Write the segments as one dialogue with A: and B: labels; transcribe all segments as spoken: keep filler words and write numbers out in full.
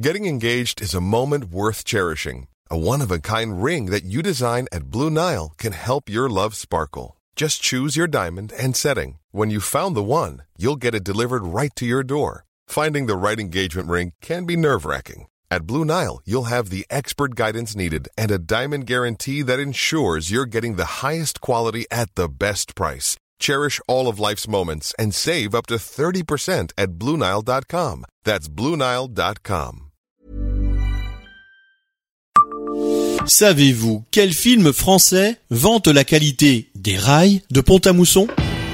A: Getting engaged is a moment worth cherishing. A one-of-a-kind ring that you design at Blue Nile can help your love sparkle. Just choose your diamond and setting. When you've found the one, you'll get it delivered right to your door. Finding the right engagement ring can be nerve-wracking. At Blue Nile, you'll have the expert guidance needed and a diamond guarantee that ensures you're getting the highest quality at the best price. Cherish all of life's moments and save up to thirty percent at Blue Nile dot com. That's Blue Nile dot com.
B: Savez-vous quel film français vante la qualité des rails de Pont-à-Mousson ?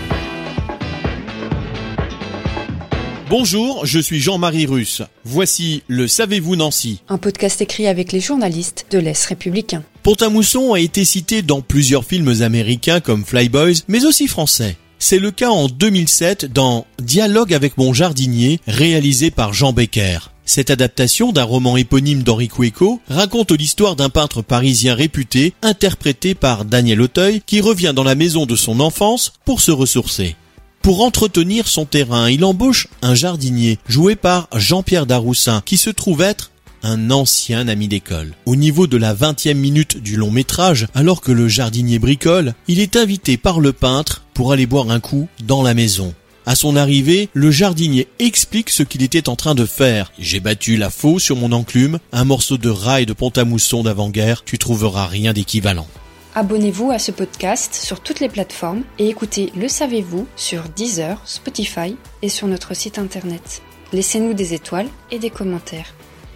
B: Bonjour, je suis Jean-Marie Russe. Voici le Savez-vous Nancy ?
C: Un podcast écrit avec les journalistes de l'Est républicain.
B: Pont-à-Mousson a été cité dans plusieurs films américains comme Flyboys, mais aussi français. C'est le cas en deux mille sept dans Dialogue avec mon jardinier, réalisé par Jean Becker. Cette adaptation d'un roman éponyme d'Henri Cueco raconte l'histoire d'un peintre parisien réputé, interprété par Daniel Auteuil, qui revient dans la maison de son enfance pour se ressourcer. Pour entretenir son terrain, il embauche un jardinier, joué par Jean-Pierre Daroussin, qui se trouve être un ancien ami d'école. Au niveau de la vingtième minute du long métrage, alors que le jardinier bricole, il est invité par le peintre pour aller boire un coup dans la maison. À son arrivée, le jardinier explique ce qu'il était en train de faire. J'ai battu la faux sur mon enclume, un morceau de rail de Pont-à-Mousson d'avant-guerre, tu trouveras rien d'équivalent.
C: Abonnez-vous à ce podcast sur toutes les plateformes et écoutez Le Savez-vous sur Deezer, Spotify et sur notre site internet. Laissez-nous des étoiles et des commentaires.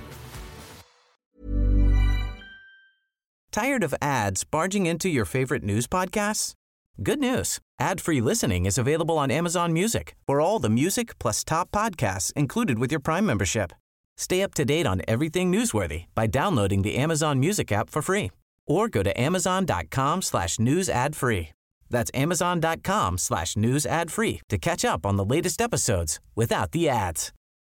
D: Tired of ads barging into your favorite news podcasts? Good news. Ad-free listening is available on Amazon Music for all the music plus top podcasts included with your Prime membership. Stay up to date on everything newsworthy by downloading the Amazon Music app for free or go to amazon.com slash news ad free. That's amazon.com slash news ad free to catch up on the latest episodes without the ads.